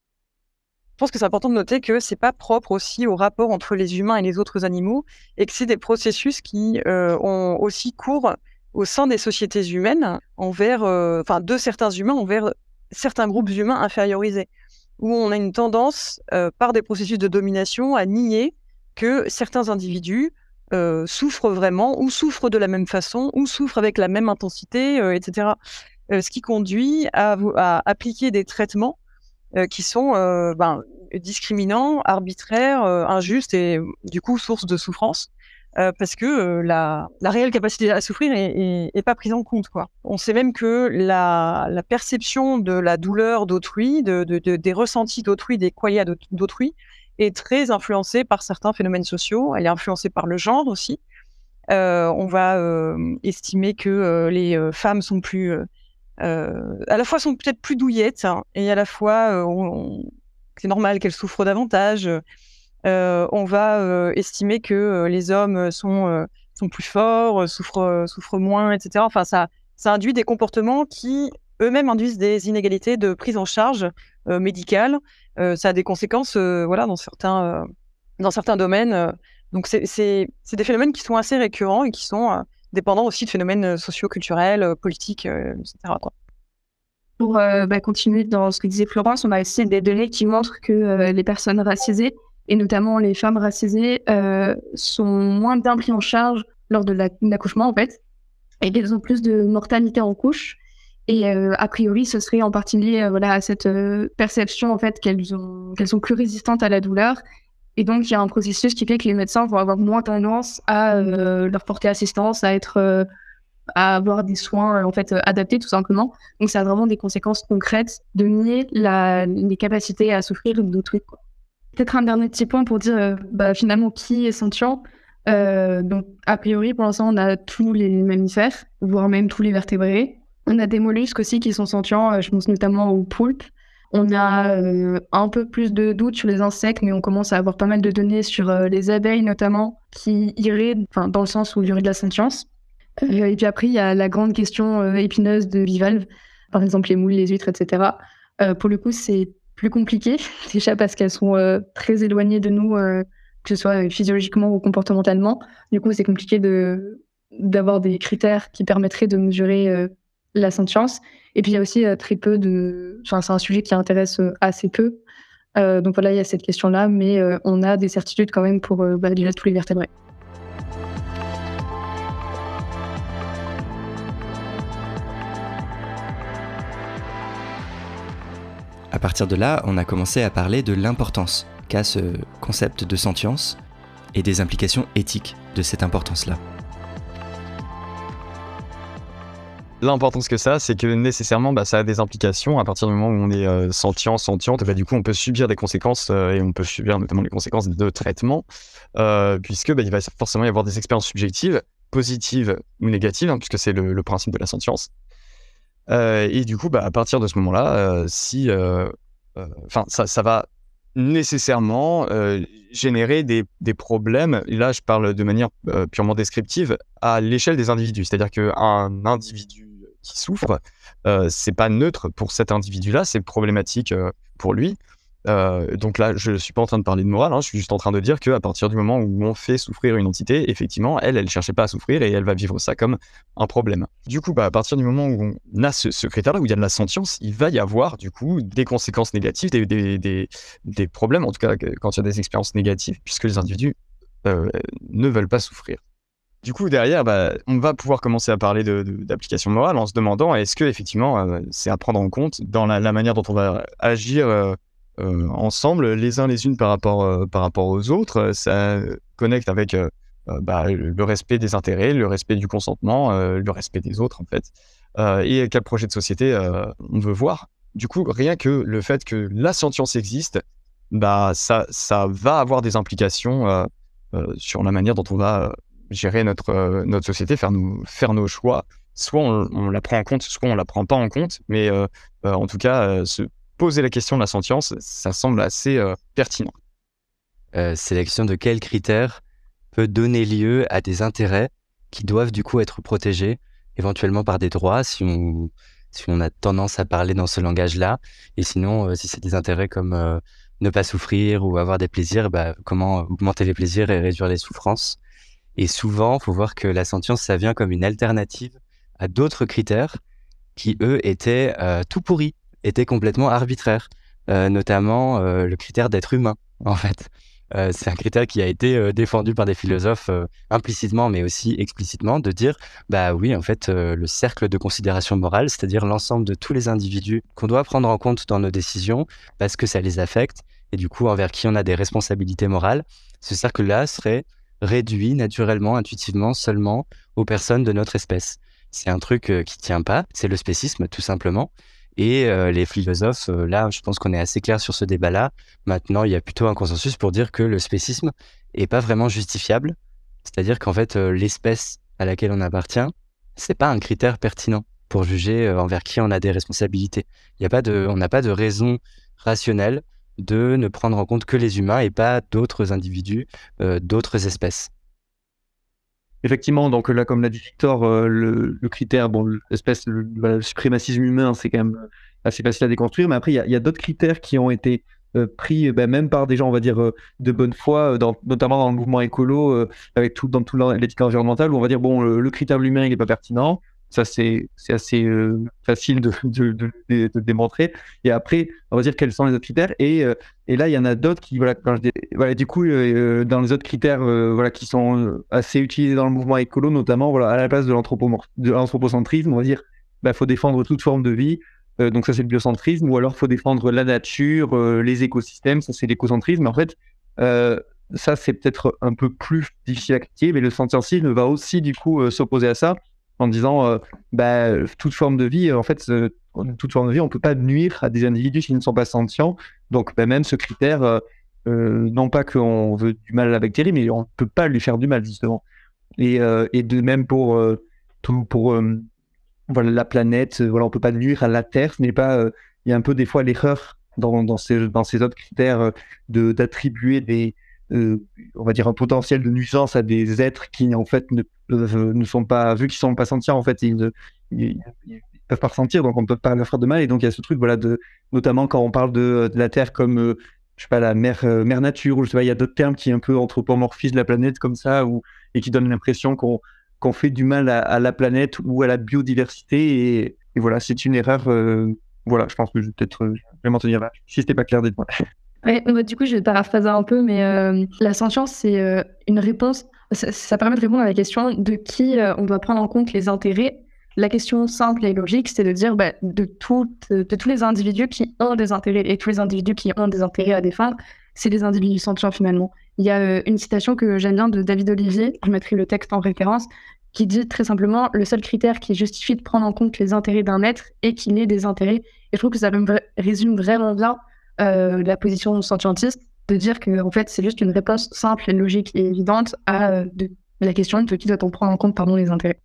Je pense que c'est important de noter que c'est pas propre aussi au rapport entre les humains et les autres animaux, et que c'est des processus qui euh, ont aussi cours au sein des sociétés humaines, envers, euh, enfin, de certains humains envers certains groupes humains infériorisés, où on a une tendance, euh, par des processus de domination, à nier que certains individus euh, souffrent vraiment, ou souffrent de la même façon, ou souffrent avec la même intensité, euh, et cetera. Euh, ce qui conduit à, à appliquer des traitements euh, qui sont euh, ben, discriminants, arbitraires, euh, injustes et du coup source de souffrance. euh, parce que euh, la, la réelle capacité à souffrir est, est, est pas prise en compte, quoi. On sait même que la, la perception de la douleur d'autrui, de, de, de, des ressentis d'autrui, des qualia d'autrui, est très influencée par certains phénomènes sociaux. Elle est influencée par le genre aussi. Euh, on va euh, estimer que euh, les euh, femmes sont plus, euh, euh, à la fois sont peut-être plus douillettes, hein, et à la fois euh, on, on, c'est normal qu'elles souffrent davantage. Euh, on va euh, estimer que euh, les hommes sont, euh, sont plus forts, souffrent, souffrent moins, et cetera. Enfin, ça, ça induit des comportements qui eux-mêmes induisent des inégalités de prise en charge euh, médicale. Euh, ça a des conséquences, euh, voilà, dans certains, euh, dans certains domaines. Euh, donc, c'est, c'est, c'est des phénomènes qui sont assez récurrents et qui sont euh, dépendants aussi de phénomènes socio-culturels, euh, politiques, euh, et cetera, quoi. Pour euh, bah, continuer dans ce que disait Florence, on a aussi des données qui montrent que euh, les personnes racisées, et notamment les femmes racisées, euh, sont moins bien prises en charge lors de la, l'accouchement, en fait, et qu'elles ont plus de mortalité en couche. Et euh, a priori, ce serait en partie lié euh, voilà, à cette euh, perception en fait, qu'elles, ont, qu'elles sont plus résistantes à la douleur. Et donc, il y a un processus qui fait que les médecins vont avoir moins tendance à euh, leur porter assistance, à être... Euh, à avoir des soins en fait euh, adaptés tout simplement. Donc ça a vraiment des conséquences concrètes de nier la, les capacités à souffrir d'autrui, quoi. Peut-être un dernier petit point pour dire euh, bah, finalement qui est sentient. Euh, donc a priori pour l'instant on a tous les mammifères, voire même tous les vertébrés. On a des mollusques aussi qui sont sentients, euh, je pense notamment aux poulpes. On a euh, un peu plus de doutes sur les insectes, mais on commence à avoir pas mal de données sur euh, les abeilles notamment, qui iraient, enfin dans le sens où il y aurait de la sentience. Euh, et puis après, il y a la grande question euh, épineuse de bivalves, par exemple les moules, les huîtres, et cetera. Euh, pour le coup, c'est plus compliqué, déjà parce qu'elles sont euh, très éloignées de nous, euh, que ce soit physiologiquement ou comportementalement. Du coup, c'est compliqué de, d'avoir des critères qui permettraient de mesurer euh, la sentience. Et puis, il y a aussi euh, très peu de... Enfin, c'est un sujet qui intéresse euh, assez peu. Euh, donc voilà, il y a cette question-là, mais euh, on a des certitudes quand même pour euh, bah, déjà tous les vertébrés. À partir de là, on a commencé à parler de l'importance qu'a ce concept de sentience et des implications éthiques de cette importance-là. L'importance que ça, c'est que nécessairement, bah, ça a des implications. À partir du moment où on est euh, sentient, sentiente, bah, du coup, on peut subir des conséquences euh, et on peut subir notamment les conséquences de traitement, euh, puisque bah, il va forcément y avoir des expériences subjectives, positives ou négatives, hein, puisque c'est le, le principe de la sentience. Euh, et du coup, bah, à partir de ce moment-là, euh, si, euh, euh, ça, ça va nécessairement euh, générer des, des problèmes. Et là, je parle de manière euh, purement descriptive à l'échelle des individus. C'est-à-dire qu'un individu qui souffre, euh, c'est pas neutre pour cet individu-là, c'est problématique euh, pour lui. Euh, donc là, je suis pas en train de parler de morale, hein, je suis juste en train de dire qu'à partir du moment où on fait souffrir une entité, effectivement, elle, elle cherchait pas à souffrir et elle va vivre ça comme un problème. Du coup, bah, à partir du moment où on a ce, ce critère-là, où il y a de la sentience, il va y avoir du coup des conséquences négatives, des, des, des, des problèmes, en tout cas quand il y a des expériences négatives, puisque les individus euh, ne veulent pas souffrir. Du coup, derrière, bah, on va pouvoir commencer à parler de, de, d'application morale en se demandant est-ce que effectivement euh, c'est à prendre en compte dans la, la manière dont on va agir euh, euh, ensemble, les uns les unes par rapport, euh, par rapport aux autres. Ça connecte avec euh, bah, le respect des intérêts, le respect du consentement, euh, le respect des autres en fait. Euh, et quel projet de société euh, on veut voir. Du coup, rien que le fait que la sentience existe, bah, ça, ça va avoir des implications euh, euh, sur la manière dont on va... Euh, gérer notre, euh, notre société, faire nos, faire nos choix. Soit on, on la prend en compte, soit on la prend pas en compte, mais euh, euh, en tout cas, euh, se poser la question de la sentience, ça semble assez euh, pertinent. Euh, sélection de quels critères peut donner lieu à des intérêts qui doivent du coup être protégés, éventuellement par des droits, si on, si on a tendance à parler dans ce langage-là, et sinon, euh, si c'est des intérêts comme euh, ne pas souffrir ou avoir des plaisirs, bah, comment augmenter les plaisirs et réduire les souffrances. Et souvent, il faut voir que la sentience, ça vient comme une alternative à d'autres critères qui, eux, étaient euh, tout pourris, étaient complètement arbitraires, euh, notamment euh, le critère d'être humain, en fait. Euh, c'est un critère qui a été euh, défendu par des philosophes euh, implicitement, mais aussi explicitement, de dire, bah oui, en fait, euh, le cercle de considération morale, c'est-à-dire l'ensemble de tous les individus qu'on doit prendre en compte dans nos décisions, parce que ça les affecte, et du coup, envers qui on a des responsabilités morales, ce cercle-là serait réduit naturellement, intuitivement, seulement aux personnes de notre espèce. C'est un truc euh, qui tient pas, c'est le spécisme tout simplement. Et euh, les philosophes, euh, là, je pense qu'on est assez clair sur ce débat-là. Maintenant, il y a plutôt un consensus pour dire que le spécisme est pas vraiment justifiable. C'est-à-dire qu'en fait, euh, l'espèce à laquelle on appartient, c'est pas un critère pertinent pour juger euh, envers qui on a des responsabilités. Il y a pas de, on n'a pas de raison rationnelle de ne prendre en compte que les humains et pas d'autres individus, euh, d'autres espèces. Effectivement, donc là, comme l'a dit Victor, euh, le, le critère, bon, l'espèce, le, voilà, le suprémacisme humain, c'est quand même assez facile à déconstruire, mais après, il y a, y a d'autres critères qui ont été euh, pris, ben, même par des gens, on va dire, euh, de bonne foi, euh, dans, notamment dans le mouvement écolo, euh, avec tout, dans tout l'éthique environnementale, où on va dire, bon, le, le critère de l'humain, il n'est pas pertinent. Ça, c'est assez euh, facile de, de, de, de, de démontrer. Et après, on va dire quels sont les autres critères. Et, euh, et là, il y en a d'autres qui, voilà, quand je dis, voilà, du coup, euh, dans les autres critères euh, voilà, qui sont assez utilisés dans le mouvement écolo, notamment, voilà, à la place de l'anthropocentrisme, on va dire, il bah, faut défendre toute forme de vie. Euh, donc ça, c'est le biocentrisme. Ou alors, il faut défendre la nature, euh, les écosystèmes. Ça, c'est l'écocentrisme. En fait, euh, ça, c'est peut-être un peu plus difficile à critiquer, mais le scientisme va aussi, du coup, euh, s'opposer à ça, en disant euh, bah, toute forme de vie, en fait, euh, toute forme de vie, on ne peut pas nuire à des individus qui ne sont pas sentients. Donc, bah, même ce critère, euh, euh, non pas qu'on veut du mal à la bactérie, mais on ne peut pas lui faire du mal, justement. Et, euh, et de même pour, euh, tout, pour euh, voilà, la planète, euh, voilà, on ne peut pas nuire à la Terre. Ce n'est pas. Il euh, y a un peu des fois l'erreur dans, dans, ces, dans ces autres critères euh, de, d'attribuer des. Euh, on va dire un potentiel de nuisance à des êtres qui en fait ne, euh, ne sont pas, vu qu'ils sont pas sentients, en fait ils ne ils, ils peuvent pas ressentir, donc on ne peut pas leur faire de mal. Et donc il y a ce truc, voilà, de, notamment quand on parle de, de la Terre comme euh, je sais pas, la mère, euh, mère nature, ou je sais pas, il y a d'autres termes qui un peu anthropomorphisent la planète comme ça, ou, et qui donnent l'impression qu'on qu'on fait du mal à, à la planète ou à la biodiversité. Et, et voilà, c'est une erreur. Euh, voilà, je pense que je vais peut-être euh, je vais m'en tenir là. Si c'était pas clair, dites-moi. Ouais, bah, du coup, je vais paraphraser un peu, mais euh, la sentience, c'est euh, une réponse. Ça, ça permet de répondre à la question de qui euh, on doit prendre en compte les intérêts. La question simple et logique, c'est de dire bah, de, toutes, de tous les individus qui ont des intérêts, et tous les individus qui ont des intérêts à défendre, c'est des individus sentients finalement. Il y a euh, une citation que j'aime bien de David Olivier, je mettrai le texte en référence, qui dit très simplement le seul critère qui justifie de prendre en compte les intérêts d'un être est qu'il ait des intérêts. Et je trouve que ça résume vraiment bien Euh, la position scientiste, de dire que en fait c'est juste une réponse simple et logique et évidente à euh, de, la question de qui doit-on prendre en compte pardon, les intérêts.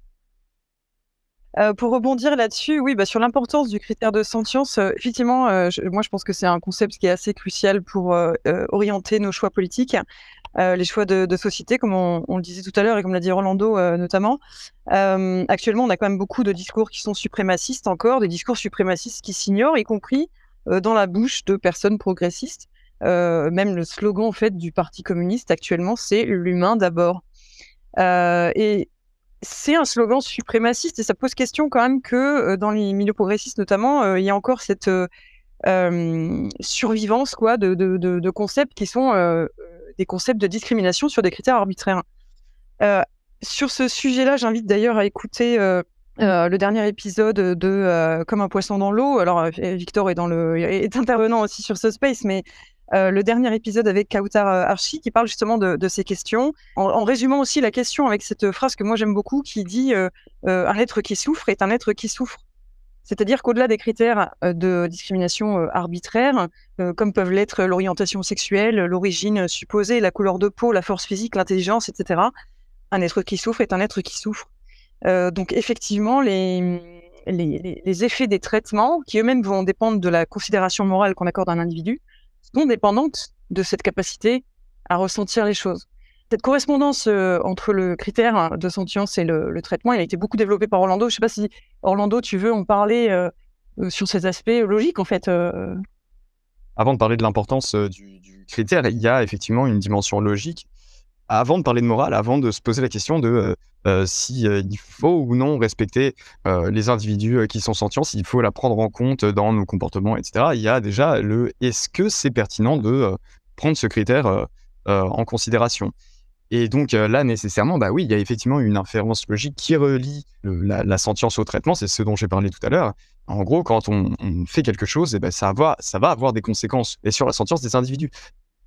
Euh, pour rebondir là-dessus, oui, bah, sur l'importance du critère de sentience, euh, effectivement, euh, je, moi je pense que c'est un concept qui est assez crucial pour euh, euh, orienter nos choix politiques, euh, les choix de, de société, comme on, on le disait tout à l'heure et comme l'a dit Orlando euh, notamment. Euh, actuellement, on a quand même beaucoup de discours qui sont suprémacistes encore, des discours suprémacistes qui s'ignorent, y compris euh, dans la bouche de personnes progressistes. Euh, même le slogan en fait du Parti communiste actuellement, c'est l'humain d'abord. Euh, et c'est un slogan suprémaciste et ça pose question quand même que euh, dans les milieux progressistes notamment, euh, il y a encore cette euh, euh, survivance quoi, de, de, de, de concepts qui sont euh, des concepts de discrimination sur des critères arbitraires. Euh, sur ce sujet-là, j'invite d'ailleurs à écouter euh, euh, le dernier épisode de euh, Comme un poisson dans l'eau. Alors Victor est, dans le, est intervenant aussi sur ce space, mais Euh, le dernier épisode avec Kautar Archi qui parle justement de, de ces questions, en, en résumant aussi la question avec cette phrase que moi j'aime beaucoup qui dit euh, euh, un être qui souffre est un être qui souffre. C'est-à-dire qu'au-delà des critères euh, de discrimination euh, arbitraire, euh, comme peuvent l'être l'orientation sexuelle, l'origine supposée, la couleur de peau, la force physique, l'intelligence, et cetera, un être qui souffre est un être qui souffre. Euh, donc effectivement, les, les, les effets des traitements, qui eux-mêmes vont dépendre de la considération morale qu'on accorde à un individu, sont dépendantes de cette capacité à ressentir les choses. Cette correspondance euh, entre le critère de sentience et le, le traitement, elle a été beaucoup développée par Orlando. Je ne sais pas si, Orlando, tu veux en parler euh, euh, sur ces aspects logiques, en fait. Euh... Avant de parler de l'importance euh, du, du critère, il y a effectivement une dimension logique. Avant de parler de morale, avant de se poser la question de euh, euh, si euh, il faut ou non respecter euh, les individus euh, qui sont sentients, s'il faut la prendre en compte dans nos comportements, et cetera. Il y a déjà le est-ce que c'est pertinent de euh, prendre ce critère euh, euh, en considération. Et donc euh, là, nécessairement, bah oui, il y a effectivement une inférence logique qui relie le, la, la sentience au traitement, c'est ce dont j'ai parlé tout à l'heure. En gros, quand on, on fait quelque chose, eh ben, ça, va, ça va avoir des conséquences, et sur la sentience des individus.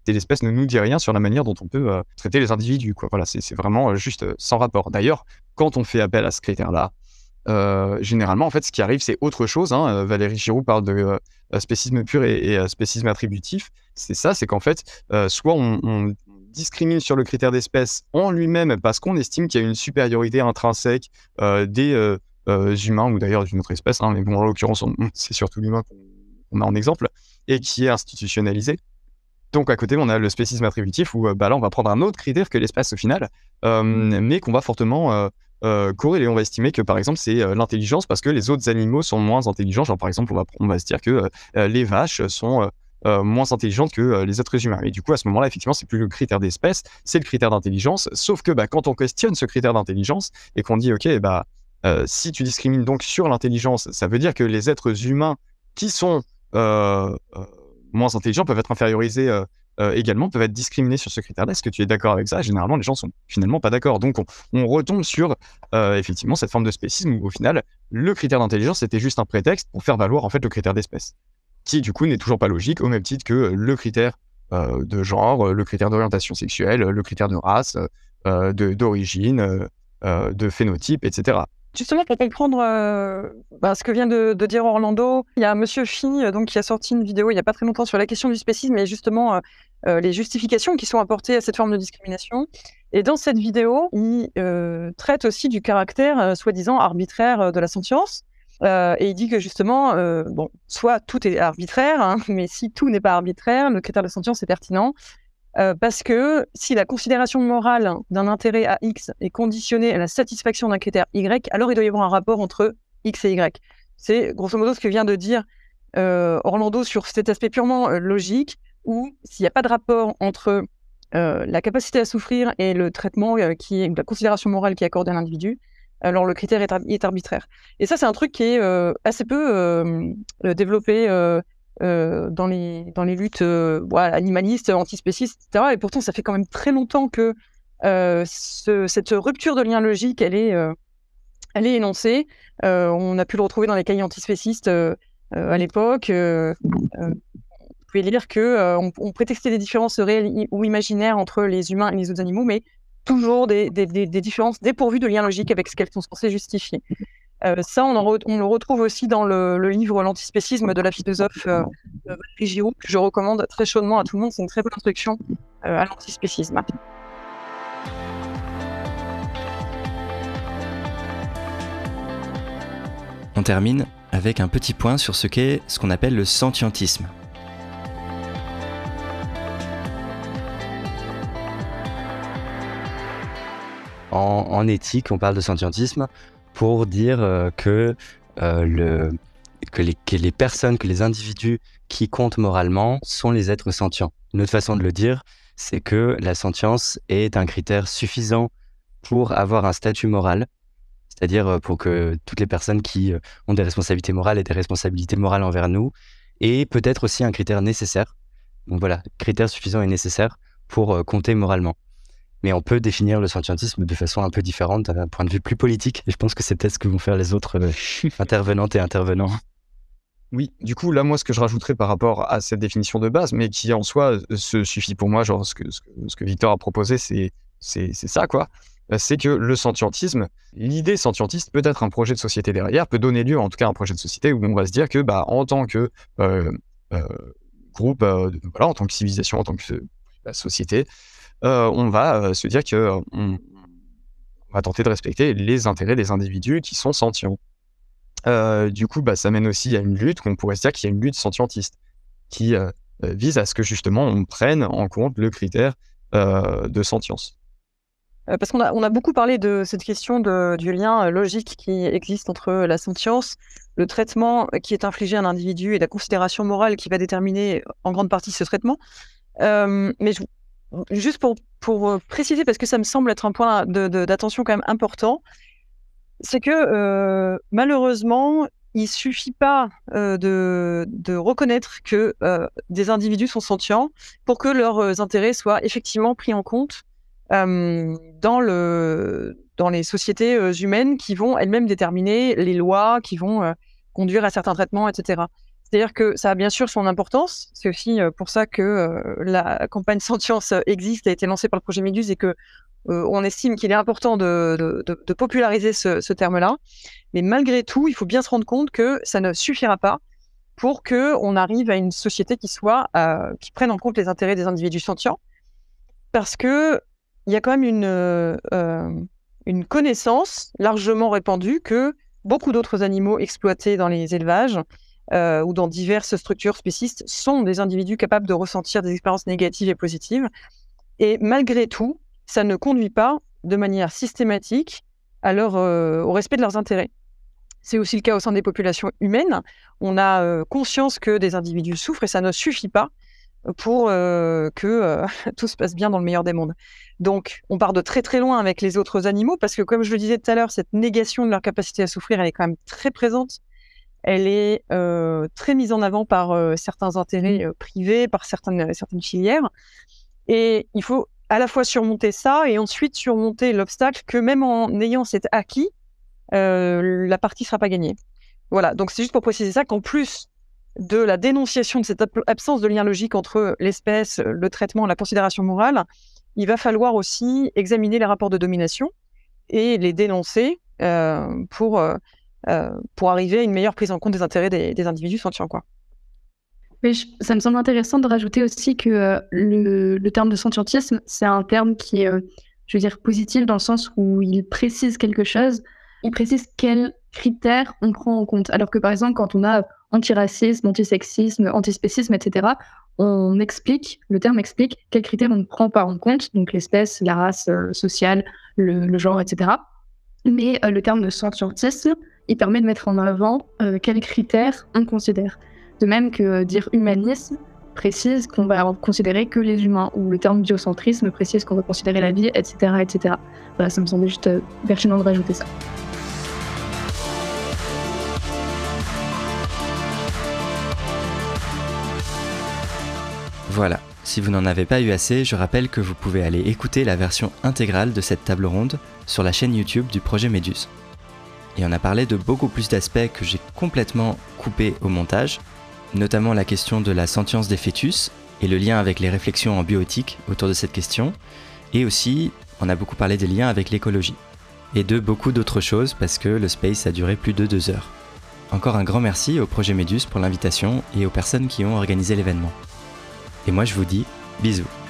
l'espèce ne nous dit rien sur la manière dont on peut euh, traiter les individus, quoi. Voilà, c'est, c'est vraiment euh, juste euh, sans rapport. D'ailleurs, quand on fait appel à ce critère-là, euh, généralement, en fait, ce qui arrive, c'est autre chose. Hein. Euh, Valérie Giroux parle de euh, spécisme pur et, et euh, spécisme attributif. C'est ça, c'est qu'en fait, euh, soit on, on discrimine sur le critère d'espèce en lui-même parce qu'on estime qu'il y a une supériorité intrinsèque euh, des euh, euh, humains ou d'ailleurs d'une autre espèce, hein, mais bon, en l'occurrence, on- c'est surtout l'humain qu'on qu'on a en exemple, et qui est institutionnalisé. Donc à côté, on a le spécisme attributif où euh, bah, là, on va prendre un autre critère que l'espèce au final, euh, mais qu'on va fortement euh, euh, corréler. On va estimer que par exemple, c'est euh, l'intelligence parce que les autres animaux sont moins intelligents. Genre par exemple, on va, on va se dire que euh, les vaches sont euh, euh, moins intelligentes que euh, les êtres humains. Et du coup, à ce moment-là, effectivement, c'est plus le critère d'espèce, c'est le critère d'intelligence. Sauf que bah, quand on questionne ce critère d'intelligence et qu'on dit, ok, bah, euh, si tu discrimines donc sur l'intelligence, ça veut dire que les êtres humains qui sont euh, euh, moins intelligents peuvent être infériorisés euh, euh, également, peuvent être discriminés sur ce critère-là. Est-ce que tu es d'accord avec ça? Généralement, les gens sont finalement pas d'accord. Donc, on, on retombe sur euh, effectivement cette forme de spécisme où, au final, le critère d'intelligence c'était juste un prétexte pour faire valoir en fait le critère d'espèce, qui du coup n'est toujours pas logique, au même titre que le critère euh, de genre, le critère d'orientation sexuelle, le critère de race, euh, de, d'origine, euh, euh, de phénotype, et cetera. Justement, pour comprendre euh, bah, ce que vient de, de dire Orlando, il y a Monsieur Phi euh, donc, qui a sorti une vidéo il n'y a pas très longtemps sur la question du spécisme et justement euh, euh, les justifications qui sont apportées à cette forme de discrimination. Et dans cette vidéo, il euh, traite aussi du caractère euh, soi-disant arbitraire euh, de la sentience. Euh, et il dit que justement, euh, bon, soit tout est arbitraire, hein, mais si tout n'est pas arbitraire, le critère de sentience est pertinent. Euh, parce que si la considération morale d'un intérêt à X est conditionnée à la satisfaction d'un critère Y, alors il doit y avoir un rapport entre X et Y. C'est grosso modo ce que vient de dire euh, Orlando sur cet aspect purement euh, logique, où s'il n'y a pas de rapport entre euh, la capacité à souffrir et le traitement, euh, qui est la considération morale qui est accordée à l'individu, alors le critère est, ar- est arbitraire. Et ça, c'est un truc qui est euh, assez peu euh, euh, développé euh, euh, dans, les, dans les luttes euh, voilà, animalistes, antispécistes, et cetera. Et pourtant, ça fait quand même très longtemps que euh, ce, cette rupture de lien logique, elle est, euh, elle est énoncée. Euh, on a pu le retrouver dans les cahiers antispécistes euh, euh, à l'époque. Euh, euh, vous pouvez lire qu'on euh, on on prétextait des différences réelles i- ou imaginaires entre les humains et les autres animaux, mais toujours des, des, des, des différences dépourvues de lien logique avec ce qu'elles sont censées justifier. Euh, ça, on, en re- on le retrouve aussi dans le, le livre L'antispécisme de la philosophe euh, euh, Valérie Giroux, que je recommande très chaudement à tout le monde. C'est une très bonne introduction euh, à l'antispécisme. On termine avec un petit point sur ce qu'est ce qu'on appelle le sentientisme. En, en éthique, on parle de sentientisme pour dire euh, que, euh, le, que, les, que les personnes, que les individus qui comptent moralement sont les êtres sentients. Une autre façon de le dire, c'est que la sentience est un critère suffisant pour avoir un statut moral, c'est-à-dire pour que toutes les personnes qui ont des responsabilités morales aient des responsabilités morales envers nous, et peut-être aussi un critère nécessaire. Donc voilà, critère suffisant et nécessaire pour euh, compter moralement. Mais on peut définir le sentientisme de façon un peu différente, d'un point de vue plus politique, et je pense que c'est peut-être ce que vont faire les autres euh, intervenantes et intervenants. Oui, du coup, là, moi, ce que je rajouterais par rapport à cette définition de base, mais qui en soi euh, se suffit pour moi, genre ce que, ce que, ce que Victor a proposé, c'est, c'est, c'est ça, quoi. Euh, C'est que le sentientisme, l'idée sentientiste peut être un projet de société derrière, peut donner lieu en tout cas à un projet de société où on va se dire que, bah, en tant que euh, euh, groupe, euh, de- voilà, en tant que civilisation, en tant que euh, société, euh, on va euh, se dire que euh, on, on va tenter de respecter les intérêts des individus qui sont sentients. Euh, du coup, bah, ça mène aussi à une lutte qu'on pourrait se dire qu'il y a une lutte sentientiste qui euh, euh, vise à ce que justement on prenne en compte le critère euh, de sentience. Euh, parce qu'on a, on a beaucoup parlé de cette question de, du lien euh, logique qui existe entre la sentience, le traitement euh, qui est infligé à un individu et la considération morale qui va déterminer en grande partie ce traitement. Euh, mais je- juste pour, pour euh, préciser, parce que ça me semble être un point de- de- d'attention quand même important, c'est que euh, malheureusement, il suffit pas euh, de, de reconnaître que euh, des individus sont sentients pour que leurs euh, intérêts soient effectivement pris en compte euh, dans, le, dans les sociétés euh, humaines qui vont elles-mêmes déterminer les lois qui vont euh, conduire à certains traitements, et cetera. C'est-à-dire que ça a bien sûr son importance. C'est aussi euh, pour ça que euh, la campagne Sentience existe, a été lancée par le projet Méduse et que euh, on estime qu'il est important de, de, de, de populariser ce, ce terme-là. Mais malgré tout, il faut bien se rendre compte que ça ne suffira pas pour qu'on arrive à une société qui soit euh, qui prenne en compte les intérêts des individus sentients, parce que il y a quand même une euh, une connaissance largement répandue que beaucoup d'autres animaux exploités dans les élevages euh, ou dans diverses structures spécistes sont des individus capables de ressentir des expériences négatives et positives. Et malgré tout, ça ne conduit pas de manière systématique à leur, euh, au respect de leurs intérêts. C'est aussi le cas au sein des populations humaines. On a euh, conscience que des individus souffrent et ça ne suffit pas pour euh, que euh, tout se passe bien dans le meilleur des mondes. Donc, on part de très très loin avec les autres animaux parce que, comme je le disais tout à l'heure, cette négation de leur capacité à souffrir, elle est quand même très présente. Elle est euh, très mise en avant par euh, certains intérêts euh, privés, par certaines, certaines filières. Et il faut à la fois surmonter ça et ensuite surmonter l'obstacle que même en ayant cet acquis, euh, la partie ne sera pas gagnée. Voilà, donc c'est juste pour préciser ça qu'en plus de la dénonciation de cette absence de lien logique entre l'espèce, le traitement, la considération morale, il va falloir aussi examiner les rapports de domination et les dénoncer euh, pour, euh, pour arriver à une meilleure prise en compte des intérêts des, des individus sentients, quoi. Mais je, ça me semble intéressant de rajouter aussi que euh, le, le terme de sentientisme, c'est un terme qui est, euh, je veux dire, positif dans le sens où il précise quelque chose, il précise quels critères on prend en compte. Alors que par exemple, quand on a antiracisme, antisexisme, antispécisme, et cetera, on explique, le terme explique quels critères on ne prend pas en compte, donc l'espèce, la race euh, sociale, le, le genre, et cetera. Mais euh, le terme de sentientisme, il permet de mettre en avant euh, quels critères on considère. De même que euh, dire humanisme précise qu'on va considérer que les humains, ou le terme biocentrisme précise qu'on va considérer la vie, et cetera, et cetera. Voilà, ça me semblait juste euh, pertinent de rajouter ça. Voilà, si vous n'en avez pas eu assez, je rappelle que vous pouvez aller écouter la version intégrale de cette table ronde sur la chaîne YouTube du projet Méduse. Et on a parlé de beaucoup plus d'aspects que j'ai complètement coupés au montage, notamment la question de la sentience des fœtus et le lien avec les réflexions en bioéthique autour de cette question, et aussi on a beaucoup parlé des liens avec l'écologie, et de beaucoup d'autres choses parce que le space a duré plus de deux heures. Encore un grand merci au projet Méduse pour l'invitation et aux personnes qui ont organisé l'événement. Et moi je vous dis bisous.